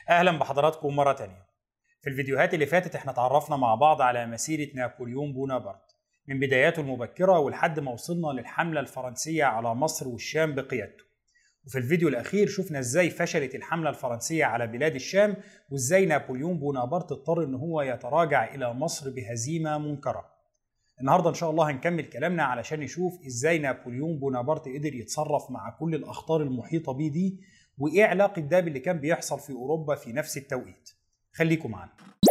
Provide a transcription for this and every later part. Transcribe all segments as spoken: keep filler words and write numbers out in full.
أهلا بحضراتكم مرة تانية. في الفيديوهات اللي فاتت احنا تعرفنا مع بعض على مسيرة نابليون بونابرت من بداياته المبكرة ولحد ما وصلنا للحملة الفرنسية على مصر والشام بقيادته. وفي الفيديو الأخير شفنا ازاي فشلت الحملة الفرنسية على بلاد الشام وازاي نابليون بونابرت اضطر ان هو يتراجع إلى مصر بهزيمة منكرة. النهارده ان شاء الله هنكمل كلامنا علشان نشوف ازاي نابليون بونابرت قدر يتصرف مع كل الأخطار المحيطة بيه دي، وايه علاقة ده باللي كان بيحصل في أوروبا في نفس التوقيت. خليكم معانا.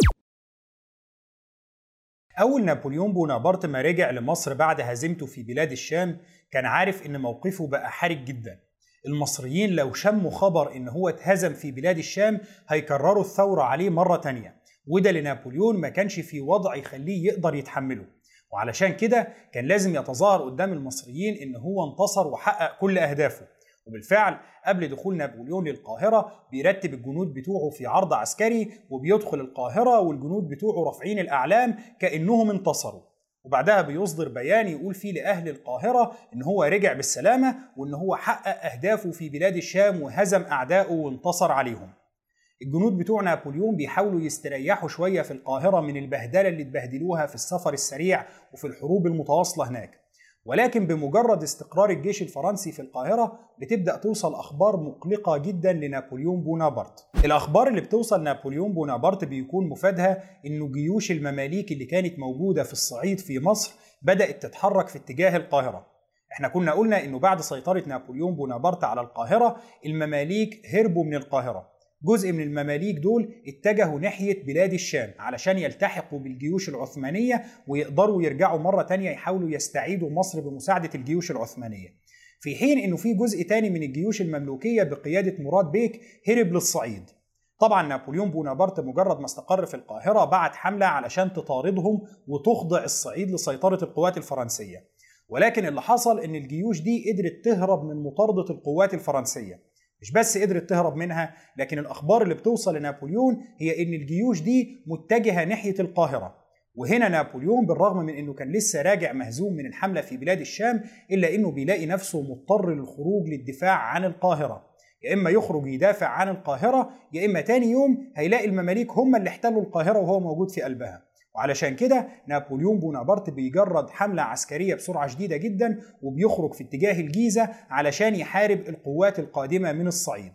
أول نابليون بونابرت ما رجع لمصر بعد هزيمته في بلاد الشام كان عارف إن موقفه بقى حرج جدا. المصريين لو شموا خبر إن هو اتهزم في بلاد الشام هيكرروا الثورة عليه مرة تانية، وده لنابليون ما كانش في وضع يخليه يقدر يتحمله، وعلشان كده كان لازم يتظاهر قدام المصريين إن هو انتصر وحقق كل أهدافه. وبالفعل قبل دخول نابليون للقاهرة بيرتب الجنود بتوعه في عرض عسكري وبيدخل القاهرة والجنود بتوعه رافعين الأعلام كأنهم انتصروا، وبعدها بيصدر بيان يقول فيه لأهل القاهرة إن هو رجع بالسلامة وإن هو حقق أهدافه في بلاد الشام وهزم أعدائه وانتصر عليهم. الجنود بتوع نابليون بيحاولوا يستريحوا شوية في القاهرة من البهدلة اللي اتبهدلوها في السفر السريع وفي الحروب المتواصلة هناك، ولكن بمجرد استقرار الجيش الفرنسي في القاهرة بتبدأ توصل أخبار مقلقة جدا لنابليون بونابرت. الأخبار اللي بتوصل نابليون بونابرت بيكون مفادها إنه جيوش المماليك اللي كانت موجودة في الصعيد في مصر بدأت تتحرك في اتجاه القاهرة. احنا كنا قلنا إنه بعد سيطرة نابليون بونابرت على القاهرة المماليك هربوا من القاهرة. جزء من المماليك دول اتجهوا ناحية بلاد الشام علشان يلتحقوا بالجيوش العثمانية ويقدروا يرجعوا مرة تانية يحاولوا يستعيدوا مصر بمساعدة الجيوش العثمانية، في حين انه في جزء تاني من الجيوش المملوكية بقيادة مراد بيك هرب للصعيد. طبعا نابليون بونابرت مجرد ما استقر في القاهرة بعت حملة علشان تطاردهم وتخضع الصعيد لسيطرة القوات الفرنسية، ولكن اللي حصل ان الجيوش دي قدرت تهرب من مطاردة القوات الفرنسية. مش بس قدرت تهرب منها، لكن الأخبار اللي بتوصل لنابليون هي إن الجيوش دي متجهة ناحية القاهرة. وهنا نابليون بالرغم من إنه كان لسه راجع مهزوم من الحملة في بلاد الشام إلا إنه بيلاقي نفسه مضطر للخروج للدفاع عن القاهرة، يا إما يخرج يدافع عن القاهرة يا إما تاني يوم هيلاقي المماليك هم اللي احتلوا القاهرة وهو موجود في قلبها. وعلشان كده نابليون بونابرت بيجرد حملة عسكرية بسرعة شديدة جدا وبيخرج في اتجاه الجيزة علشان يحارب القوات القادمة من الصعيد.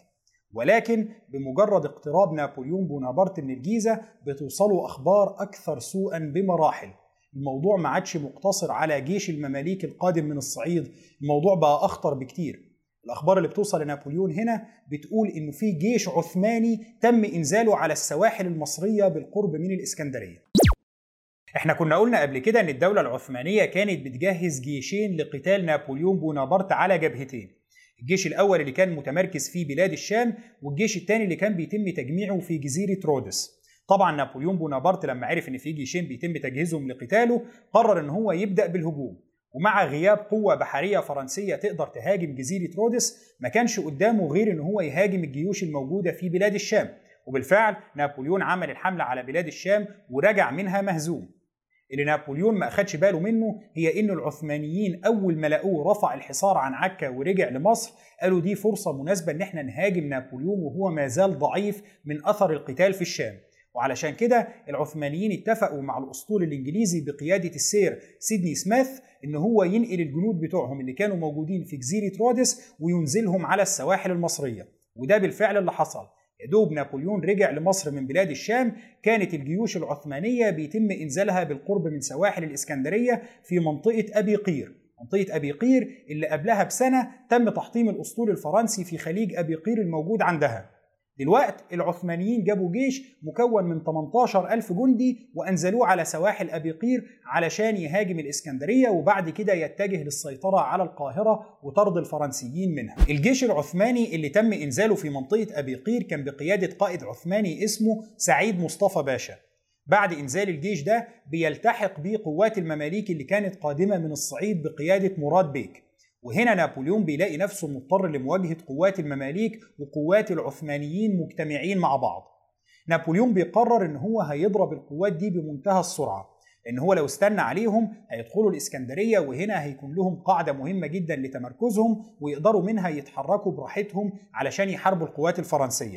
ولكن بمجرد اقتراب نابليون بونابرت من الجيزة بتوصله أخبار أكثر سوءا بمراحل. الموضوع ما عادش مقتصر على جيش المماليك القادم من الصعيد، الموضوع بقى أخطر بكتير. الأخبار اللي بتوصل لنابليون هنا بتقول إنه في جيش عثماني تم إنزاله على السواحل المصرية بالقرب من الإسكندرية. احنا كنا قلنا قبل كده ان الدولة العثمانية كانت بتجهز جيشين لقتال نابليون بونابرت على جبهتين، الجيش الاول اللي كان متمركز في بلاد الشام والجيش الثاني اللي كان بيتم تجميعه في جزيرة رودس. طبعا نابليون بونابرت لما عرف ان في جيشين بيتم تجهيزهم لقتاله قرر ان هو يبدأ بالهجوم، ومع غياب قوة بحرية فرنسية تقدر تهاجم جزيرة رودس ما كانش قدامه غير ان هو يهاجم الجيوش الموجودة في بلاد الشام. وبالفعل نابليون عمل الحملة على بلاد الشام ورجع منها مهزوم. اللي نابليون ما أخدش باله منه هي إن العثمانيين أول ما لقوه رفع الحصار عن عكا ورجع لمصر قالوا دي فرصة مناسبة إن احنا نهاجم نابليون وهو ما زال ضعيف من أثر القتال في الشام. وعلشان كده العثمانيين اتفقوا مع الأسطول الإنجليزي بقيادة السير سيدني سميث إن هو ينقل الجنود بتوعهم اللي كانوا موجودين في جزيرة رودس وينزلهم على السواحل المصرية، وده بالفعل اللي حصل. يدوب نابليون رجع لمصر من بلاد الشام كانت الجيوش العثمانية بيتم إنزالها بالقرب من سواحل الإسكندرية في منطقة أبي قير. منطقة أبي قير اللي قبلها بسنة تم تحطيم الأسطول الفرنسي في خليج أبي قير الموجود عندها. دلوقتي العثمانيين جابوا جيش مكون من ثمانية عشر ألف جندي وأنزلوه على سواحل أبي قير علشان يهاجم الإسكندرية وبعد كده يتجه للسيطرة على القاهرة وطرد الفرنسيين منها. الجيش العثماني اللي تم إنزاله في منطقة أبي قير كان بقيادة قائد عثماني اسمه سعيد مصطفى باشا. بعد إنزال الجيش ده بيلتحق بيه قوات المماليك اللي كانت قادمة من الصعيد بقيادة مراد بيك، وهنا نابليون بيلاقي نفسه مضطر لمواجهة قوات المماليك وقوات العثمانيين مجتمعين مع بعض. نابليون بيقرر ان هو هيضرب القوات دي بمنتهى السرعة، لان هو لو استنى عليهم هيدخلوا الإسكندرية وهنا هيكون لهم قاعدة مهمة جدا لتمركزهم ويقدروا منها يتحركوا براحتهم علشان يحاربوا القوات الفرنسية.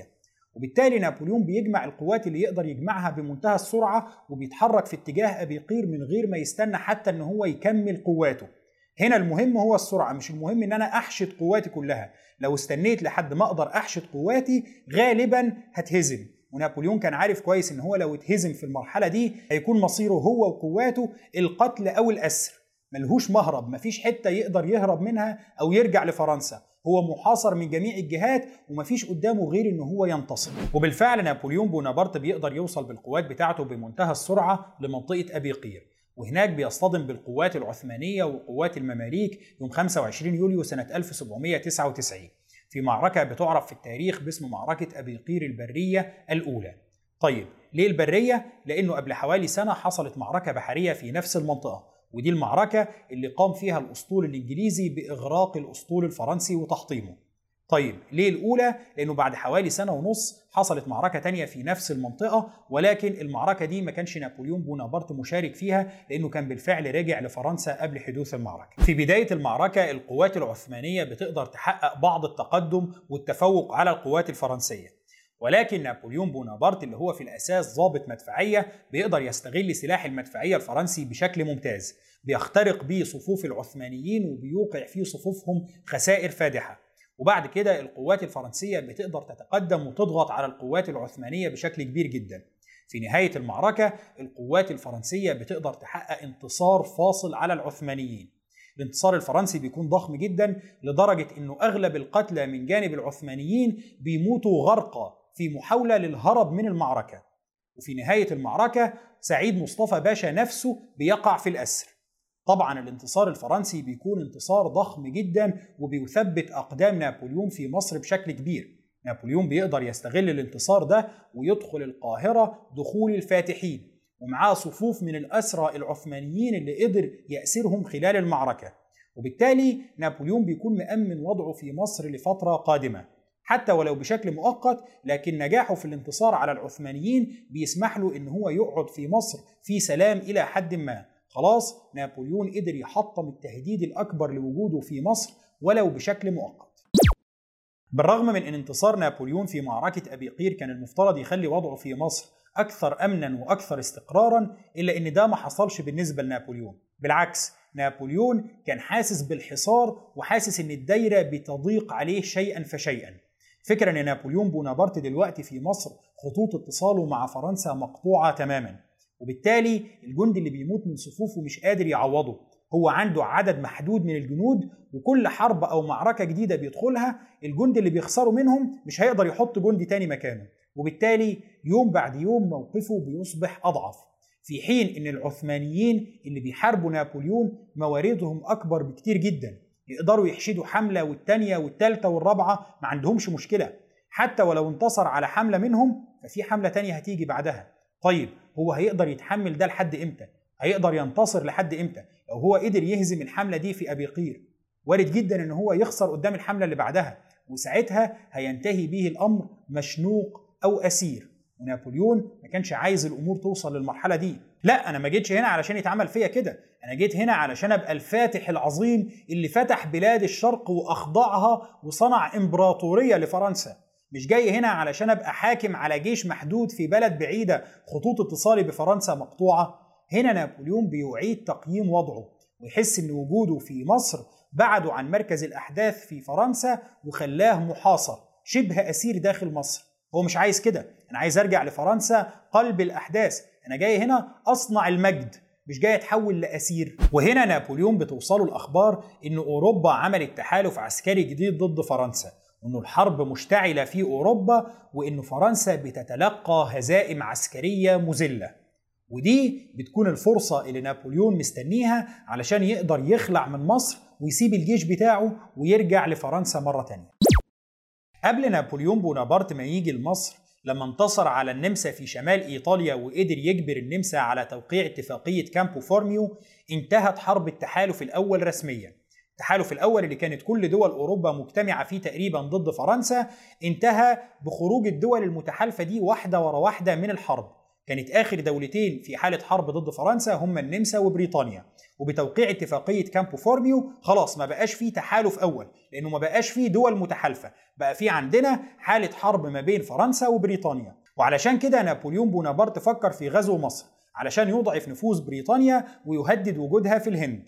وبالتالي نابليون بيجمع القوات اللي يقدر يجمعها بمنتهى السرعة، وبيتحرك في اتجاه أبيقير من غير ما يستنى حتى ان هو يكمل قواته. هنا المهم هو السرعة، مش المهم ان انا احشد قواتي كلها. لو استنيت لحد ما اقدر احشد قواتي غالبا هتهزم، ونابليون كان عارف كويس ان هو لو اتهزم في المرحلة دي هيكون مصيره هو وقواته القتل او الأسر. ملهوش مهرب، مفيش حتة يقدر يهرب منها او يرجع لفرنسا، هو محاصر من جميع الجهات ومفيش قدامه غير ان هو ينتصر. وبالفعل نابليون بونابرت بيقدر يوصل بالقوات بتاعته بمنتهى السرعة لمنطقة أبيقير، وهناك بيصطدم بالقوات العثمانية وقوات المماليك يوم خمسة وعشرين يوليو سنة ألف وسبعمائة وتسعة وتسعين في معركة بتعرف في التاريخ باسم معركة أبيقير البرية الأولى. طيب ليه البرية؟ لأنه قبل حوالي سنة حصلت معركة بحرية في نفس المنطقة، ودي المعركة اللي قام فيها الأسطول الإنجليزي بإغراق الأسطول الفرنسي وتحطيمه. طيب ليه الأولى؟ لأنه بعد حوالي سنة ونص حصلت معركة تانية في نفس المنطقة، ولكن المعركة دي ما كانش نابليون بونابرت مشارك فيها لأنه كان بالفعل راجع لفرنسا قبل حدوث المعركة. في بداية المعركة القوات العثمانية بتقدر تحقق بعض التقدم والتفوق على القوات الفرنسية، ولكن نابليون بونابرت اللي هو في الأساس ضابط مدفعية بيقدر يستغل سلاح المدفعية الفرنسي بشكل ممتاز، بيخترق بيه صفوف العثمانيين وبيوقع في صفوفهم خسائر فادحة. وبعد كده القوات الفرنسية بتقدر تتقدم وتضغط على القوات العثمانية بشكل كبير جدا. في نهاية المعركة القوات الفرنسية بتقدر تحقق انتصار فاصل على العثمانيين. الانتصار الفرنسي بيكون ضخم جدا لدرجة انه اغلب القتلى من جانب العثمانيين بيموتوا غرقى في محاولة للهرب من المعركة. وفي نهاية المعركة سعيد مصطفى باشا نفسه بيقع في الأسر. طبعا الانتصار الفرنسي بيكون انتصار ضخم جدا وبيثبت أقدام نابليون في مصر بشكل كبير. نابليون بيقدر يستغل الانتصار ده ويدخل القاهرة دخول الفاتحين، ومعاه صفوف من الأسرى العثمانيين اللي قدر يأسرهم خلال المعركة، وبالتالي نابليون بيكون مأمن وضعه في مصر لفترة قادمة حتى ولو بشكل مؤقت. لكن نجاحه في الانتصار على العثمانيين بيسمح له ان هو يقعد في مصر في سلام الى حد ما. خلاص نابليون قدر يحطم التهديد الاكبر لوجوده في مصر ولو بشكل مؤقت. بالرغم من ان انتصار نابليون في معركة أبيقير كان المفترض يخلي وضعه في مصر اكثر امنا واكثر استقرارا، الا ان ده ما حصلش بالنسبة لنابليون. بالعكس، نابليون كان حاسس بالحصار وحاسس ان الدايرة بتضيق عليه شيئا فشيئا. فكرة ان نابليون بونابرت دلوقتي في مصر خطوط اتصاله مع فرنسا مقطوعة تماما، وبالتالي الجندي اللي بيموت من صفوفه مش قادر يعوضه. هو عنده عدد محدود من الجنود، وكل حرب او معركة جديدة بيدخلها الجندي اللي بيخسروا منهم مش هيقدر يحط جندي تاني مكانه، وبالتالي يوم بعد يوم موقفه بيصبح اضعف. في حين ان العثمانيين اللي بيحاربوا نابليون مواردهم اكبر بكتير جدا، يقدروا يحشدوا حملة والتانية والتالتة والرابعة، ما عندهمش مشكلة. حتى ولو انتصر على حملة منهم ففي حملة تانية هتيجي بعدها. طيب هو هيقدر يتحمل ده لحد امتى؟ هيقدر ينتصر لحد امتى؟ لو هو قدر يهزم الحملة دي في أبيقير، وارد جدا ان هو يخسر قدام الحملة اللي بعدها، وساعتها هينتهي به الأمر مشنوق أو أسير. ونابليون ما كانش عايز الأمور توصل للمرحلة دي. لا، أنا ما جيتش هنا علشان يتعمل فيا كده، أنا جيت هنا علشان أبقى الفاتح العظيم اللي فتح بلاد الشرق وأخضعها وصنع إمبراطورية لفرنسا. مش جاي هنا علشان أبقى حاكم على جيش محدود في بلد بعيدة خطوط اتصالي بفرنسا مقطوعة. هنا نابليون بيعيد تقييم وضعه ويحس إن وجوده في مصر بعده عن مركز الأحداث في فرنسا وخلاه محاصر شبه أسير داخل مصر. هو مش عايز كده، أنا عايز أرجع لفرنسا قلب الأحداث، أنا جاي هنا أصنع المجد، مش جاي أتحول لأسير. وهنا نابليون بتوصله الأخبار إن أوروبا عملت تحالف عسكري جديد ضد فرنسا، وإنه الحرب مشتعلة في أوروبا، وإنه فرنسا بتتلقى هزائم عسكرية مذلة. ودي بتكون الفرصة اللي نابليون مستنيها علشان يقدر يخلع من مصر ويسيب الجيش بتاعه ويرجع لفرنسا مرة تانية. قبل نابليون بونابرت ما يجي لمصر، لما انتصر على النمسا في شمال إيطاليا وقدر يجبر النمسا على توقيع اتفاقية كامبو فورميو، انتهت حرب التحالف الأول رسميا. التحالف الأول اللي كانت كل دول أوروبا مجتمعة فيه تقريبا ضد فرنسا، انتهى بخروج الدول المتحالفة دي واحدة ورا واحدة من الحرب. كانت آخر دولتين في حالة حرب ضد فرنسا هم النمسا وبريطانيا، وبتوقيع اتفاقية كامبو فورميو خلاص ما بقاش فيه تحالف أول، لأنه ما بقاش فيه دول متحالفة، بقى فيه عندنا حالة حرب ما بين فرنسا وبريطانيا. وعلشان كده نابليون بونابرت فكر في غزو مصر علشان يضعف نفوذ بريطانيا ويهدد وجودها في الهند.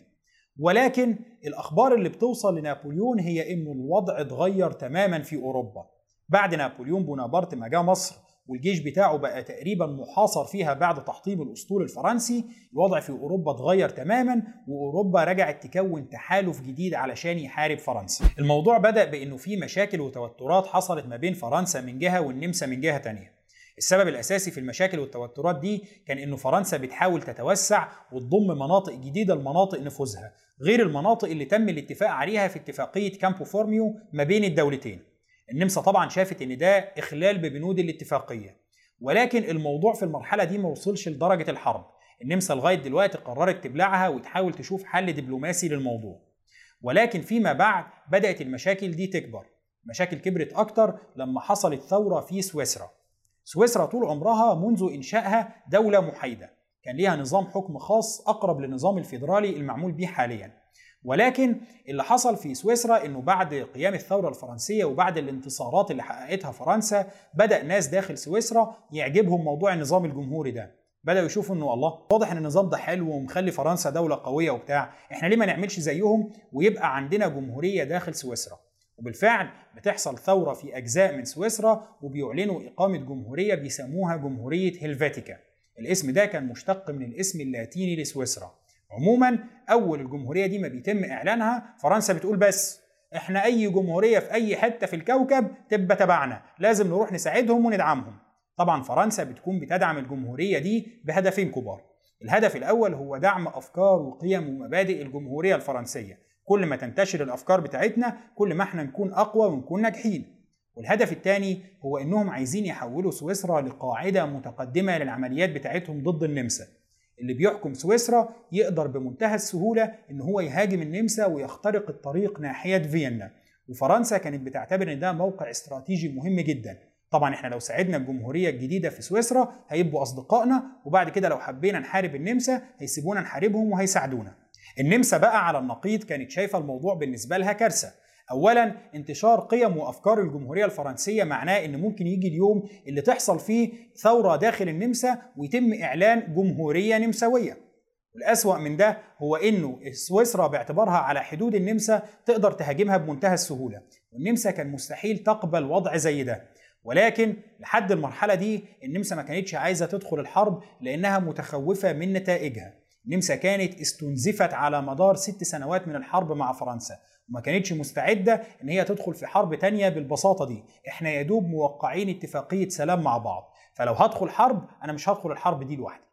ولكن الأخبار اللي بتوصل لنابليون هي إنه الوضع اتغير تماما في أوروبا بعد نابليون بونابرت ما جاء مصر والجيش بتاعه بقى تقريبا محاصر فيها بعد تحطيم الأسطول الفرنسي. الوضع في أوروبا اتغير تماما، وأوروبا رجعت تكون تحالف جديد علشان يحارب فرنسا. الموضوع بدأ بأنه في مشاكل وتوترات حصلت ما بين فرنسا من جهة والنمسا من جهة تانية. السبب الأساسي في المشاكل والتوترات دي كان إنه فرنسا بتحاول تتوسع وتضم مناطق جديدة لمناطق نفوذها غير المناطق اللي تم الاتفاق عليها في اتفاقية كامبو فورميو ما بين الدولتين. النمسا طبعا شافت إن ده إخلال ببنود الاتفاقية، ولكن الموضوع في المرحلة دي ما وصلش لدرجة الحرب. النمسا لغاية دلوقتي قررت تبلعها وتحاول تشوف حل دبلوماسي للموضوع، ولكن فيما بعد بدأت المشاكل دي تكبر. مشاكل كبرت أكتر لما حصلت ثورة في سويسرا. سويسرا طول عمرها منذ إنشائها دولة محايدة، كان ليها نظام حكم خاص أقرب للنظام الفيدرالي المعمول به حاليا. ولكن اللي حصل في سويسرا إنه بعد قيام الثورة الفرنسية وبعد الانتصارات اللي حققتها فرنسا بدأ ناس داخل سويسرا يعجبهم موضوع النظام الجمهوري ده. بدأوا يشوفوا إنه الله واضح إن النظام ده حلو ومخلي فرنسا دولة قوية وبتاع، إحنا ليه ما نعملش زيهم ويبقى عندنا جمهورية داخل سويسرا. وبالفعل بتحصل ثورة في أجزاء من سويسرا وبيعلنوا إقامة جمهورية بيسموها جمهورية هيلفاتيكا. الاسم ده كان مشتق من الاسم اللاتيني لسويسرا. عموما أول الجمهورية دي ما بيتم إعلانها فرنسا بتقول بس إحنا أي جمهورية في أي حتة في الكوكب تبقى تبعنا، لازم نروح نساعدهم وندعمهم. طبعا فرنسا بتكون بتدعم الجمهورية دي بهدفين كبار. الهدف الأول هو دعم أفكار وقيم ومبادئ الجمهورية الفرنسية، كل ما تنتشر الأفكار بتاعتنا كل ما احنا نكون أقوى ونكون ناجحين. والهدف الثاني هو إنهم عايزين يحولوا سويسرا لقاعدة متقدمة للعمليات بتاعتهم ضد النمسا. اللي بيحكم سويسرا يقدر بمنتهى السهولة إن هو يهاجم النمسا ويخترق الطريق ناحية فيينا، وفرنسا كانت بتعتبر إن ده موقع استراتيجي مهم جدا. طبعا احنا لو ساعدنا الجمهورية الجديدة في سويسرا هيبقوا أصدقائنا، وبعد كده لو حبينا نحارب النمسا هيسيبونا نحاربهم وهيساعدونا. النمسا بقى على النقيض كانت شايفة الموضوع بالنسبة لها كارثة. أولا انتشار قيم وأفكار الجمهورية الفرنسية معناه إن ممكن يجي اليوم اللي تحصل فيه ثورة داخل النمسا ويتم إعلان جمهورية نمساوية. والأسوأ من ده هو إنه سويسرا باعتبارها على حدود النمسا تقدر تهاجمها بمنتهى السهولة، والنمسا كان مستحيل تقبل وضع زي ده. ولكن لحد المرحلة دي النمسا ما كانتش عايزة تدخل الحرب لأنها متخوفة من نتائجها. النمسا كانت استنزفت على مدار ست سنوات من الحرب مع فرنسا، وما كانتش مستعدة ان هي تدخل في حرب تانية بالبساطة دي. احنا يدوب موقعين اتفاقية سلام مع بعض، فلو هدخل حرب انا مش هدخل الحرب دي لوحدي.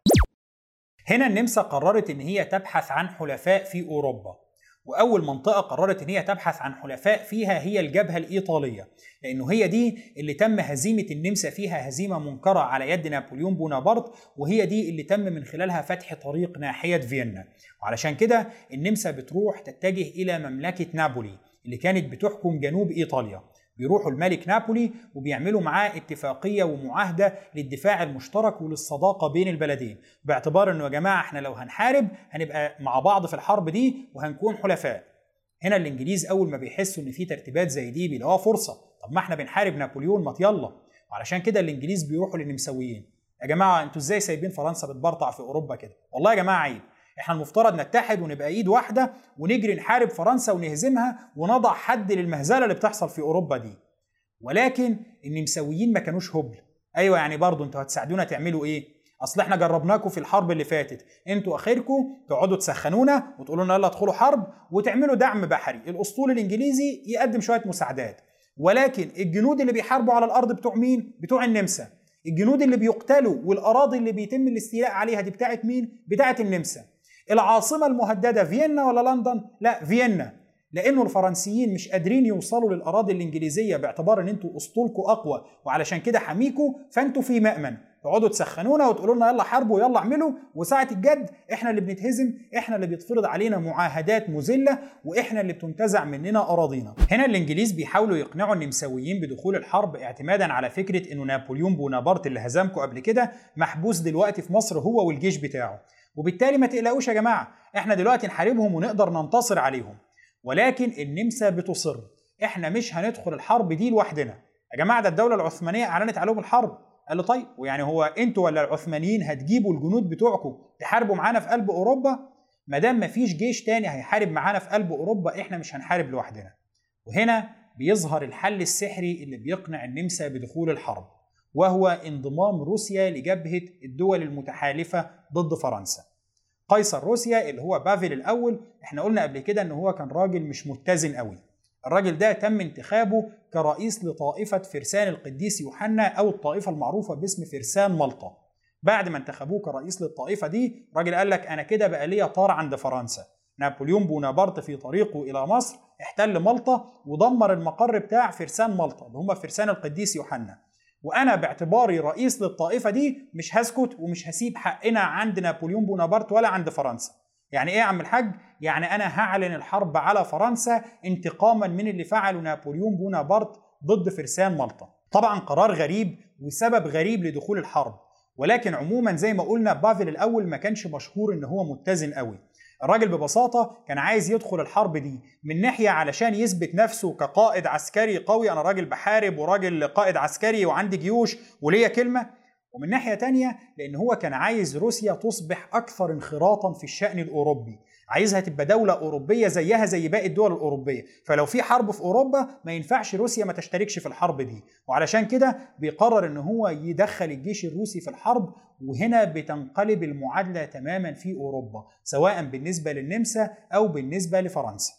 هنا النمسا قررت ان هي تبحث عن حلفاء في اوروبا، واول منطقة قررت ان هي تبحث عن حلفاء فيها هي الجبهة الايطالية، لانه هي دي اللي تم هزيمة النمسا فيها هزيمة منكرة على يد نابليون بونابرت، وهي دي اللي تم من خلالها فتح طريق ناحية فيينا. وعلشان كده النمسا بتروح تتجه الى مملكة نابولي اللي كانت بتحكم جنوب ايطاليا. بيروحوا الملك نابولي وبيعملوا معاه اتفاقية ومعاهدة للدفاع المشترك وللصداقة بين البلدين، باعتبار انه يا جماعة احنا لو هنحارب هنبقى مع بعض في الحرب دي وهنكون حلفاء. هنا الانجليز اول ما بيحسوا ان في ترتيبات زي دي بيلاقوها فرصة، طب ما احنا بنحارب نابليون ما يلا. وعلشان كده الانجليز بيروحوا للنمساويين، يا جماعة انتوا ازاي سايبين فرنسا بتبرطع في اوروبا كده؟ والله يا جماعة عيب، احنا المفترض نتحد ونبقى ايد واحده ونجري نحارب فرنسا ونهزمها ونضع حد للمهزله اللي بتحصل في اوروبا دي. ولكن النمساويين ما كانوش هبل. ايوه يعني برضه انتوا هتساعدونا تعملوا ايه؟ اصل احنا جربناكم في الحرب اللي فاتت، انتوا اخركم تقعدوا تسخنونا وتقولوا لنا يلا ادخلوا حرب وتعملوا دعم بحري، الاسطول الانجليزي يقدم شويه مساعدات، ولكن الجنود اللي بيحاربوا على الارض بتوع مين؟ بتوع النمسا. الجنود اللي بيقتلوا والاراضي اللي بيتم الاستيلاء عليها دي بتاعت مين؟ بتاعت النمسا. العاصمة المهددة فيينا ولا لندن؟ لا فيينا، لأنه الفرنسيين مش قادرين يوصلوا للأراضي الإنجليزية باعتبار أن أنتوا أسطولكوا أقوى وعلشان كده حميكوا فأنتوا في مأمن. تقعدوا تسخنونا وتقولوا لنا يلا حاربوا يلا اعملوا، وساعة الجد احنا اللي بنتهزم، احنا اللي بيتفرض علينا معاهدات مذلة، واحنا اللي بتنتزع مننا اراضينا. هنا الانجليز بيحاولوا يقنعوا النمساويين بدخول الحرب اعتمادا على فكرة انه نابليون بونابرت اللي هزمكم قبل كده محبوس دلوقتي في مصر هو والجيش بتاعه، وبالتالي ما تقلقوش يا جماعة احنا دلوقتي نحاربهم ونقدر ننتصر عليهم. ولكن النمسا بتصر احنا مش هندخل الحرب دي لوحدنا يا جماعه، ده الدوله العثمانيه اعلنت عليهم الحرب. قال له طيب ويعني هو انتوا ولا العثمانيين هتجيبوا الجنود بتوعكم تحاربوا معانا في قلب اوروبا؟ ما دام مفيش جيش تاني هيحارب معانا في قلب اوروبا احنا مش هنحارب لوحدنا. وهنا بيظهر الحل السحري اللي بيقنع النمسا بدخول الحرب، وهو انضمام روسيا لجبهه الدول المتحالفه ضد فرنسا. قيصر روسيا اللي هو بافل الاول، احنا قلنا قبل كده ان هو كان راجل مش متزن قوي. الراجل ده تم انتخابه كرئيس لطائفة فرسان القديس يوحنا أو الطائفة المعروفة باسم فرسان مالطا. بعد ما انتخبوه كرئيس للطائفة دي، الراجل قال لك أنا كده بقى ليا طار عند فرنسا. نابليون بونابرت في طريقه إلى مصر احتل مالطا ودمر المقر بتاع فرسان مالطا اللي هم فرسان القديس يوحنا، وأنا باعتباري رئيس للطائفة دي مش هسكت ومش هسيب حقنا عند نابليون بونابرت ولا عند فرنسا. يعني ايه يا عم الحاج؟ يعني انا هعلن الحرب على فرنسا انتقاما من اللي فعله نابليون بونابرت ضد فرسان مالطا. طبعا قرار غريب وسبب غريب لدخول الحرب، ولكن عموما زي ما قلنا بافل الاول ما كانش مشهور ان هو متزن قوي. الراجل ببساطة كان عايز يدخل الحرب دي من ناحية علشان يثبت نفسه كقائد عسكري قوي، انا راجل بحارب وراجل قائد عسكري وعندي جيوش وليا كلمة، ومن ناحية تانية لأن هو كان عايز روسيا تصبح أكثر انخراطا في الشأن الأوروبي، عايزها تبقى دولة أوروبية زيها زي باقي الدول الأوروبية، فلو في حرب في أوروبا ما ينفعش روسيا ما تشتركش في الحرب دي، وعلشان كده بيقرر إن هو يدخل الجيش الروسي في الحرب. وهنا بتنقلب المعادلة تماما في أوروبا سواء بالنسبة للنمسا أو بالنسبة لفرنسا.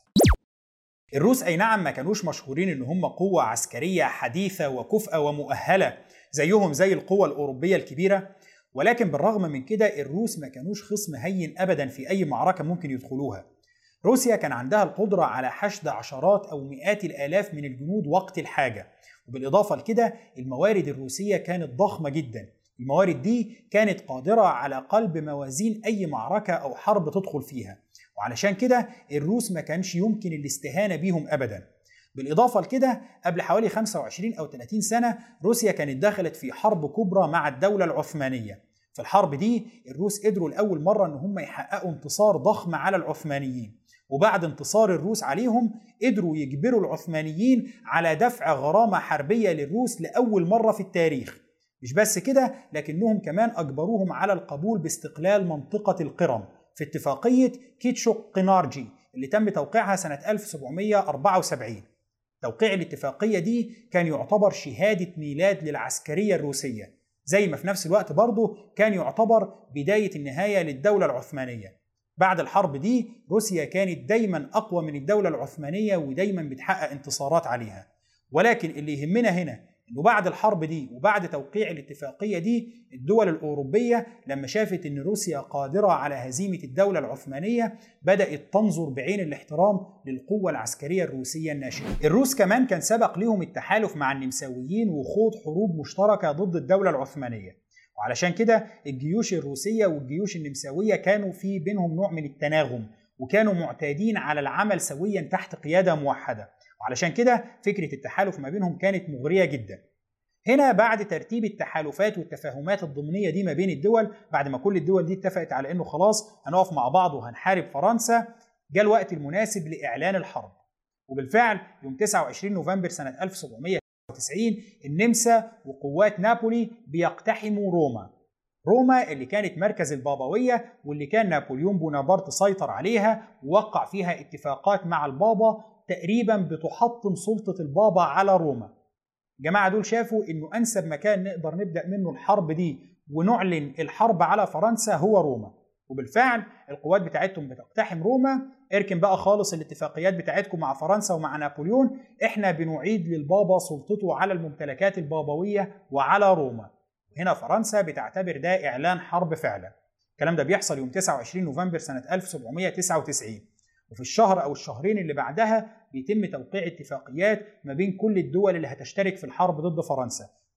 الروس أي نعم ما كانوش مشهورين إن هم قوة عسكرية حديثة وكفءة ومؤهلة زيهم زي القوى الأوروبية الكبيرة، ولكن بالرغم من كده الروس ما كانوش خصم هين أبدا في أي معركة ممكن يدخلوها. روسيا كان عندها القدرة على حشد عشرات أو مئات الآلاف من الجنود وقت الحاجة، وبالإضافة لكده الموارد الروسية كانت ضخمة جدا. الموارد دي كانت قادرة على قلب موازين أي معركة أو حرب تدخل فيها، وعلشان كده الروس ما كانش يمكن الاستهانة بيهم أبدا. بالإضافة لكده قبل حوالي خمسة وعشرين أو ثلاثين سنة روسيا كانت دخلت في حرب كبرى مع الدولة العثمانية. في الحرب دي الروس قدروا لأول مرة أن هم يحققوا انتصار ضخم على العثمانيين، وبعد انتصار الروس عليهم قدروا يجبروا العثمانيين على دفع غرامة حربية للروس لأول مرة في التاريخ. مش بس كده، لكنهم كمان أجبروهم على القبول باستقلال منطقة القرم في اتفاقية كيتشوك قنارجي اللي تم توقيعها سنة ألف وسبعمئة وأربعة وسبعين. توقيع الاتفاقية دي كان يعتبر شهادة ميلاد للعسكرية الروسية، زي ما في نفس الوقت برضه كان يعتبر بداية النهاية للدولة العثمانية. بعد الحرب دي روسيا كانت دايما أقوى من الدولة العثمانية ودايما بتحقق انتصارات عليها، ولكن اللي يهمنا هنا انه بعد الحرب دي وبعد توقيع الاتفاقية دي الدول الأوروبية لما شافت ان روسيا قادرة على هزيمة الدولة العثمانية بدأت تنظر بعين الاحترام للقوة العسكرية الروسية الناشئة. الروس كمان كان سبق لهم التحالف مع النمساويين وخوض حروب مشتركة ضد الدولة العثمانية، وعلشان كده الجيوش الروسية والجيوش النمساوية كانوا في بينهم نوع من التناغم، وكانوا معتادين على العمل سويا تحت قيادة موحدة، وعلشان كده فكرة التحالف ما بينهم كانت مغرية جدا. هنا بعد ترتيب التحالفات والتفاهمات الضمنية دي ما بين الدول، بعد ما كل الدول دي اتفقت على انه خلاص هنقف مع بعض وهنحارب فرنسا، جاء الوقت المناسب لإعلان الحرب. وبالفعل يوم تسعة وعشرين نوفمبر سنة ألف وسبعمئة وتسعين النمسا وقوات نابولي بيقتحموا روما. روما اللي كانت مركز البابوية واللي كان نابليون بونابرت سيطر عليها ووقع فيها اتفاقات مع البابا تقريبا بتحطم سلطة البابا على روما. الجماعة دول شافوا انه انسب مكان نقدر نبدأ منه الحرب دي ونعلن الحرب على فرنسا هو روما، وبالفعل القوات بتاعتهم بتقتحم روما. اركن بقى خالص الاتفاقيات بتاعتكم مع فرنسا ومع نابليون، احنا بنعيد للبابا سلطته على الممتلكات البابوية وعلى روما. هنا فرنسا بتعتبر ده اعلان حرب فعلا. الكلام ده بيحصل يوم تسعة وعشرين نوفمبر سنة ألف وسبعمئة وتسعة وتسعين، وفي الشهر أو الشهرين اللي بعدها بيتم توقيع اتفاقيات ما بين كل الدول اللي هتشترك في الحرب ضد فرنسا،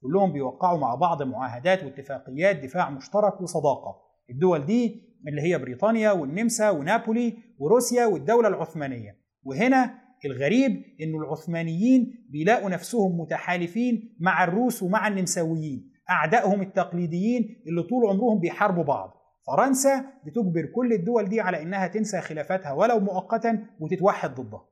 كلهم بيوقعوا مع بعض معاهدات واتفاقيات دفاع مشترك وصداقة. الدول دي اللي هي بريطانيا والنمسا ونابولي وروسيا والدولة العثمانية. وهنا الغريب إنه العثمانيين بيلاقوا نفسهم متحالفين مع الروس ومع النمساويين، أعدائهم التقليديين اللي طول عمرهم بيحاربوا بعض. فرنسا بتجبر كل الدول دي على إنها تنسى خلافاتها ولو مؤقتا وتتوحد ضدها.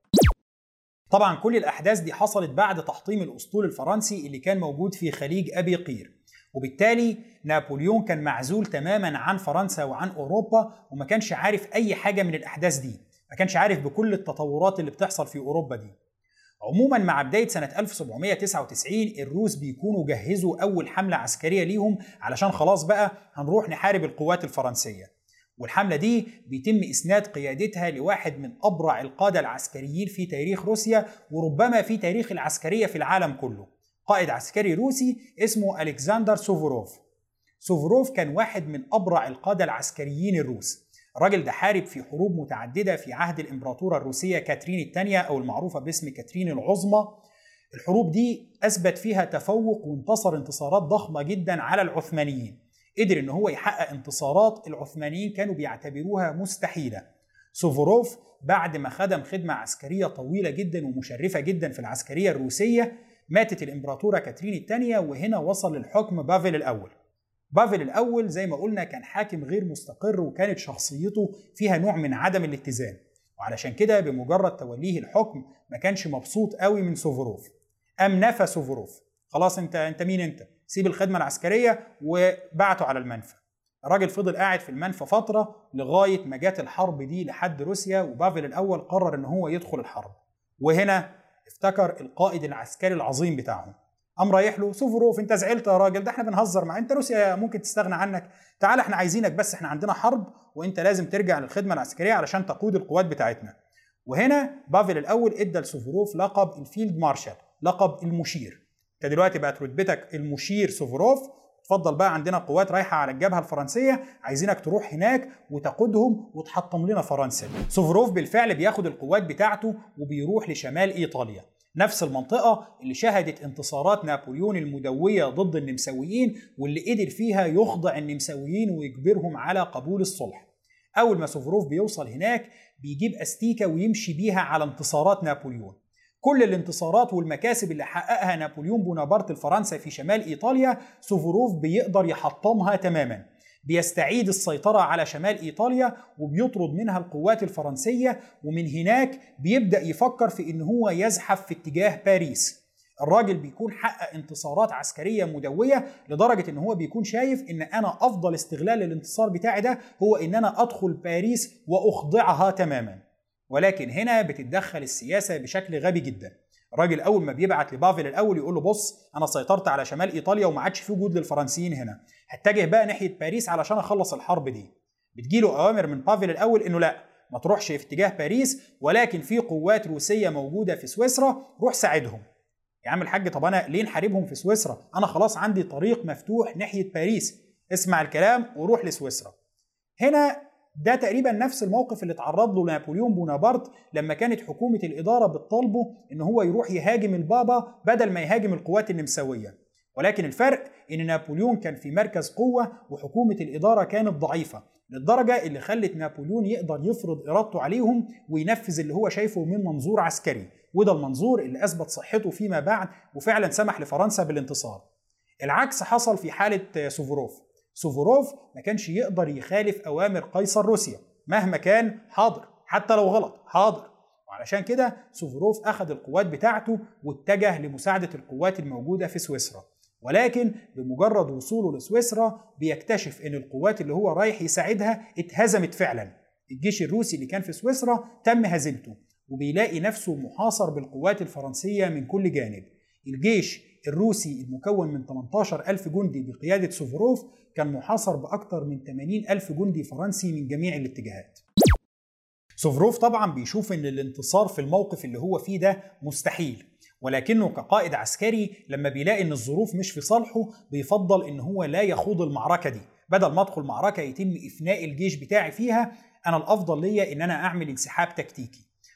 طبعا كل الأحداث دي حصلت بعد تحطيم الأسطول الفرنسي اللي كان موجود في خليج أبي قير، وبالتالي نابليون كان معزول تماما عن فرنسا وعن أوروبا، وما كانش عارف أي حاجة من الأحداث دي، ما كانش عارف بكل التطورات اللي بتحصل في أوروبا دي. عموما مع بداية سنة ألف وسبعمائة وتسعة وتسعين الروس بيكونوا جهزوا أول حملة عسكرية ليهم علشان خلاص بقى هنروح نحارب القوات الفرنسية. والحملة دي بيتم إسناد قيادتها لواحد من أبرع القادة العسكريين في تاريخ روسيا وربما في تاريخ العسكرية في العالم كله، قائد عسكري روسي اسمه ألكسندر سوفوروف. سوفوروف كان واحد من أبرع القادة العسكريين الروس. الراجل ده حارب في حروب متعددة في عهد الإمبراطورة الروسية كاترين الثانية أو المعروفة باسم كاترين العظمى. الحروب دي أثبت فيها تفوق وانتصر انتصارات ضخمة جدا على العثمانيين، قدر إن هو يحقق انتصارات العثمانيين كانوا بيعتبروها مستحيلة. سوفوروف بعد ما خدم خدمة عسكرية طويلة جدا ومشرفة جدا في العسكرية الروسية ماتت الإمبراطورة كاترين الثانية، وهنا وصل للحكم بافل الأول. بافل الأول زي ما قلنا كان حاكم غير مستقر وكانت شخصيته فيها نوع من عدم الاتزان، وعلشان كده بمجرد توليه الحكم ما كانش مبسوط قوي من سوفوروف. قام نفى سوفوروف، خلاص انت انت مين انت؟ سيب الخدمة العسكرية، وبعته على المنفى. الراجل فضل قاعد في المنفى فترة لغاية ما جت الحرب دي لحد روسيا، وبافل الأول قرر ان هو يدخل الحرب. وهنا افتكر القائد العسكري العظيم بتاعهم، قام رايح له: سوفوروف انت زعلت يا راجل؟ ده احنا بنهزر معاك، انت روسيا ممكن تستغنى عنك، تعال احنا عايزينك، بس احنا عندنا حرب وانت لازم ترجع للخدمة العسكرية علشان تقود القوات بتاعتنا. وهنا بافل الأول ادى لسوفوروف لقب الفيلد مارشال، لقب المشير. انت دلوقتي بقت رتبتك المشير سوفوروف، اتفضل بقى عندنا قوات رايحة على الجبهة الفرنسية، عايزينك تروح هناك وتقودهم وتحطم لنا فرنسا. سوفوروف بالفعل بياخد القوات بتاعته وبيروح لشمال إيطاليا، نفس المنطقة اللي شهدت انتصارات نابليون المدوية ضد النمساويين واللي قدر فيها يخضع النمساويين ويجبرهم على قبول الصلح. أول ما سوفوروف بيوصل هناك بيجيب أستيكة ويمشي بيها على انتصارات نابليون. كل الانتصارات والمكاسب اللي حققها نابليون بونابرت الفرنسي في شمال إيطاليا سوفوروف بيقدر يحطمها تماما، بيستعيد السيطرة على شمال إيطاليا وبيطرد منها القوات الفرنسية، ومن هناك بيبدأ يفكر في إن هو يزحف في اتجاه باريس. الراجل بيكون حقق انتصارات عسكرية مدوية لدرجة إن هو بيكون شايف إن أنا أفضل استغلال للانتصار بتاعي ده هو إن أنا أدخل باريس وأخضعها تماما. ولكن هنا بتتدخل السياسة بشكل غبي جدا. الراجل أول ما بيبعت لبافل الأول يقول له: بص أنا سيطرت على شمال إيطاليا وما عادش في وجود للفرنسيين هنا، هتجه بقى ناحية باريس علشان أخلص الحرب دي. بتجيله أوامر من بافل الأول إنه لا، ما تروحش في اتجاه باريس، ولكن في قوات روسية موجودة في سويسرا، روح ساعدهم. يا عم الحاج، طب أنا ليه نحاربهم في سويسرا؟ أنا خلاص عندي طريق مفتوح ناحية باريس، اسمع الكلام وروح لسويسرا. هنا ده تقريبا نفس الموقف اللي تعرض له نابليون بونابرت لما كانت حكومة الإدارة بتطالبه إن هو يروح يهاجم البابا بدل ما يهاجم القوات النمساوية. ولكن الفرق إن نابليون كان في مركز قوة وحكومة الإدارة كانت ضعيفة، للدرجة اللي خلت نابليون يقدر يفرض إرادته عليهم وينفذ اللي هو شايفه من منظور عسكري، وده المنظور اللي أثبت صحته فيما بعد وفعلا سمح لفرنسا بالانتصار. العكس حصل في حالة سوفوروف. سوفوروف ما كانش يقدر يخالف أوامر قيصر روسيا مهما كان، حاضر حتى لو غلط حاضر. وعلشان كده سوفوروف أخذ القوات بتاعته واتجه لمساعدة القوات الموجودة في سويسرا. ولكن بمجرد وصوله لسويسرا بيكتشف ان القوات اللي هو رايح يساعدها اتهزمت فعلا. الجيش الروسي اللي كان في سويسرا تم هزيمته، وبيلاقي نفسه محاصر بالقوات الفرنسية من كل جانب. الجيش الروسي المكون من ثمانية عشر ألف جندي بقيادة سوفوروف كان محاصر بأكثر من ثمانين ألف جندي فرنسي من جميع الاتجاهات. سوفوروف طبعا بيشوف ان الانتصار في الموقف اللي هو فيه ده مستحيل، ولكنه كقائد عسكري لما بيلاقي ان الظروف مش في صالحه بيفضل ان هو لا يخوض المعركة دي. بدل ما ادخل معركة يتم إفناء الجيش بتاعي فيها، انا الافضل ليا ان انا اعمل انسحاب تكتيكي.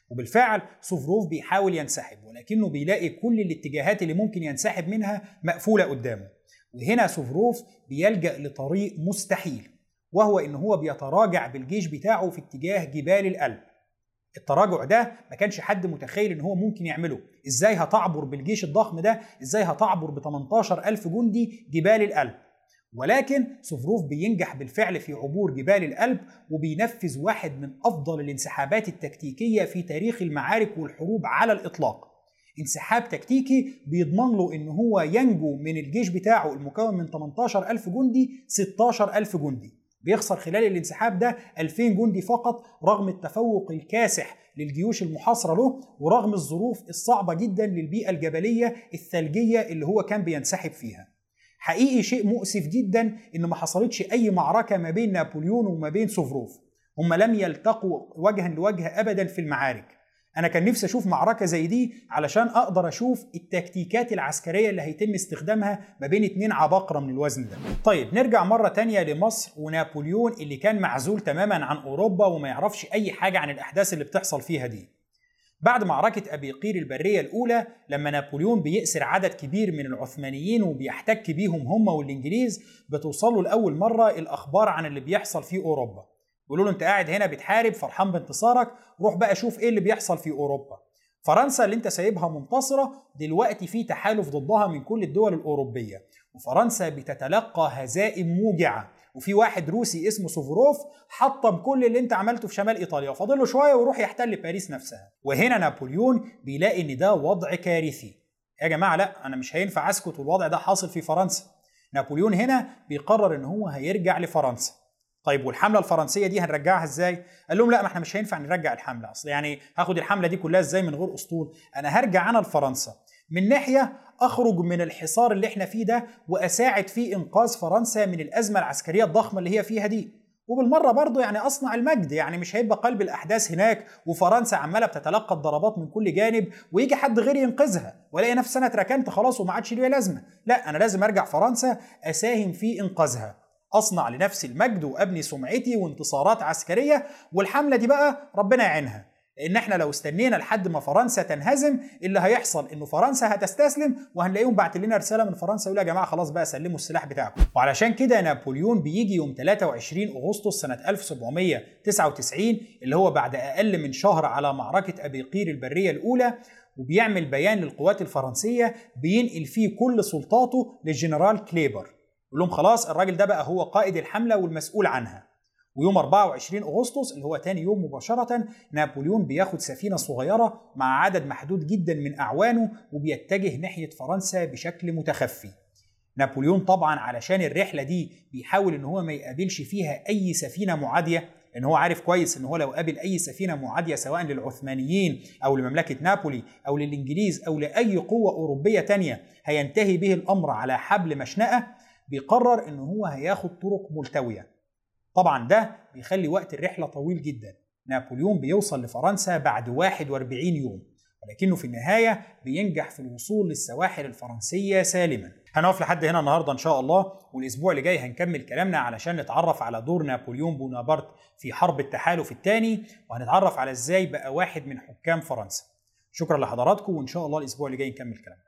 وبالفعل سوفروف بيحاول ينسحب، ولكنه بيلاقي كل الاتجاهات اللي ممكن ينسحب منها مقفولة قدامه. وهنا سوفروف بيلجأ لطريق مستحيل، وهو إن هو بيتراجع بالجيش بتاعه في اتجاه جبال الألب. التراجع ده ما كانش حد متخيل إن هو ممكن يعمله. إزاي هتعبر بالجيش الضخم ده؟ إزاي هتعبر ب ثمانية عشر ألف جندي جبال الألب؟ ولكن سوفروف بينجح بالفعل في عبور جبال الألب، وبينفذ واحد من أفضل الانسحابات التكتيكية في تاريخ المعارك والحروب على الإطلاق. انسحاب تكتيكي بيضمن له إن هو ينجو من الجيش بتاعه المكون من ثمانية عشر ألف جندي ستة عشر ألف جندي. بيخسر خلال الانسحاب ده ألفين جندي فقط، رغم التفوق الكاسح للجيوش المحاصرة له، ورغم الظروف الصعبة جدا للبيئة الجبلية الثلجية اللي هو كان بينسحب فيها. حقيقي شيء مؤسف جدا إن ما حصلتش أي معركة ما بين نابليون وما بين سوفروف. هم لم يلتقوا وجها لوجه أبدا في المعارك. أنا كان نفسي أشوف معركة زي دي علشان أقدر أشوف التكتيكات العسكرية اللي هيتم استخدامها ما بين اتنين عباقرة من الوزن ده. طيب نرجع مرة تانية لمصر ونابليون اللي كان معزول تماما عن أوروبا وما يعرفش أي حاجة عن الأحداث اللي بتحصل فيها دي. بعد معركة أبي قير البرية الأولى، لما نابليون بيأسر عدد كبير من العثمانيين وبيحتك بيهم هم والإنجليز، بتوصله لأول مرة الأخبار عن اللي بيحصل في أوروبا. بيقولوا له أنت قاعد هنا بتحارب فرحان بانتصارك، روح بقى شوف إيه اللي بيحصل في أوروبا. فرنسا اللي أنت سايبها منتصرة دلوقتي في تحالف ضدها من كل الدول الأوروبية، وفرنسا بتتلقى هزائم موجعة، وفي واحد روسي اسمه سوفروف حطم كل اللي انت عملته في شمال ايطاليا، فاضل له شويه ويروح يحتل باريس نفسها. وهنا نابليون بيلاقي ان ده وضع كارثي. يا جماعه لا، انا مش هينفع اسكت والوضع ده حاصل في فرنسا. نابليون هنا بيقرر ان هو هيرجع لفرنسا. طيب والحمله الفرنسيه دي هنرجعها ازاي؟ قال لهم لا، ما احنا مش هينفع نرجع الحمله، اصل يعني هاخد الحمله دي كلها ازاي من غير اسطول؟ انا هرجع انا لفرنسا، من ناحيه اخرج من الحصار اللي احنا فيه ده واساعد في انقاذ فرنسا من الازمه العسكريه الضخمه اللي هي فيها دي، وبالمره برضه يعني اصنع المجد. يعني مش هيبقى قلب الاحداث هناك وفرنسا عماله بتتلقى الضربات من كل جانب ويجي حد غيري ينقذها والاقي نفسي انا اتركنت خلاص وما عادش ليا لازمه. لا، انا لازم ارجع فرنسا اساهم في انقاذها، اصنع لنفسي المجد وابني سمعتي وانتصارات عسكريه، والحمله دي بقى ربنا يعينها. لان احنا لو استنينا لحد ما فرنسا تنهزم، اللي هيحصل انه فرنسا هتستسلم وهنلاقيهم بعت لنا رساله من فرنسا يقول يا جماعه خلاص بقى سلموا السلاح بتاعكم. وعلشان كده نابليون بيجي يوم ثلاثة وعشرين أغسطس سنه ألف وسبعمية وتسعة وتسعين، اللي هو بعد اقل من شهر على معركه ابي قير البريه الاولى، وبيعمل بيان للقوات الفرنسيه بينقل فيه كل سلطاته للجنرال كليبر، يقول لهم خلاص الراجل ده بقى هو قائد الحمله والمسؤول عنها. ويوم أربعة وعشرين أغسطس اللي هو تاني يوم مباشرة، نابليون بياخد سفينة صغيرة مع عدد محدود جدا من أعوانه وبيتجه ناحية فرنسا بشكل متخفي. نابليون طبعا علشان الرحلة دي بيحاول ان هو ما يقابلش فيها أي سفينة معادية، لأن هو عارف كويس ان هو لو قابل أي سفينة معادية سواء للعثمانيين أو لمملكة نابولي أو للإنجليز أو لأي قوة أوروبية تانية هينتهي به الأمر على حبل مشنقة. بيقرر ان هو هياخد طرق ملتوية. طبعا ده بيخلي وقت الرحلة طويل جدا. نابليون بيوصل لفرنسا بعد واحد وأربعين يوم، ولكنه في النهاية بينجح في الوصول للسواحل الفرنسية سالما. هنقف لحد هنا النهاردة إن شاء الله، والأسبوع اللي جاي هنكمل كلامنا علشان نتعرف على دور نابليون بونابرت في حرب التحالف الثاني، وهنتعرف على إزاي بقى واحد من حكام فرنسا. شكرا لحضراتكم، وإن شاء الله الأسبوع اللي جاي نكمل كلامنا.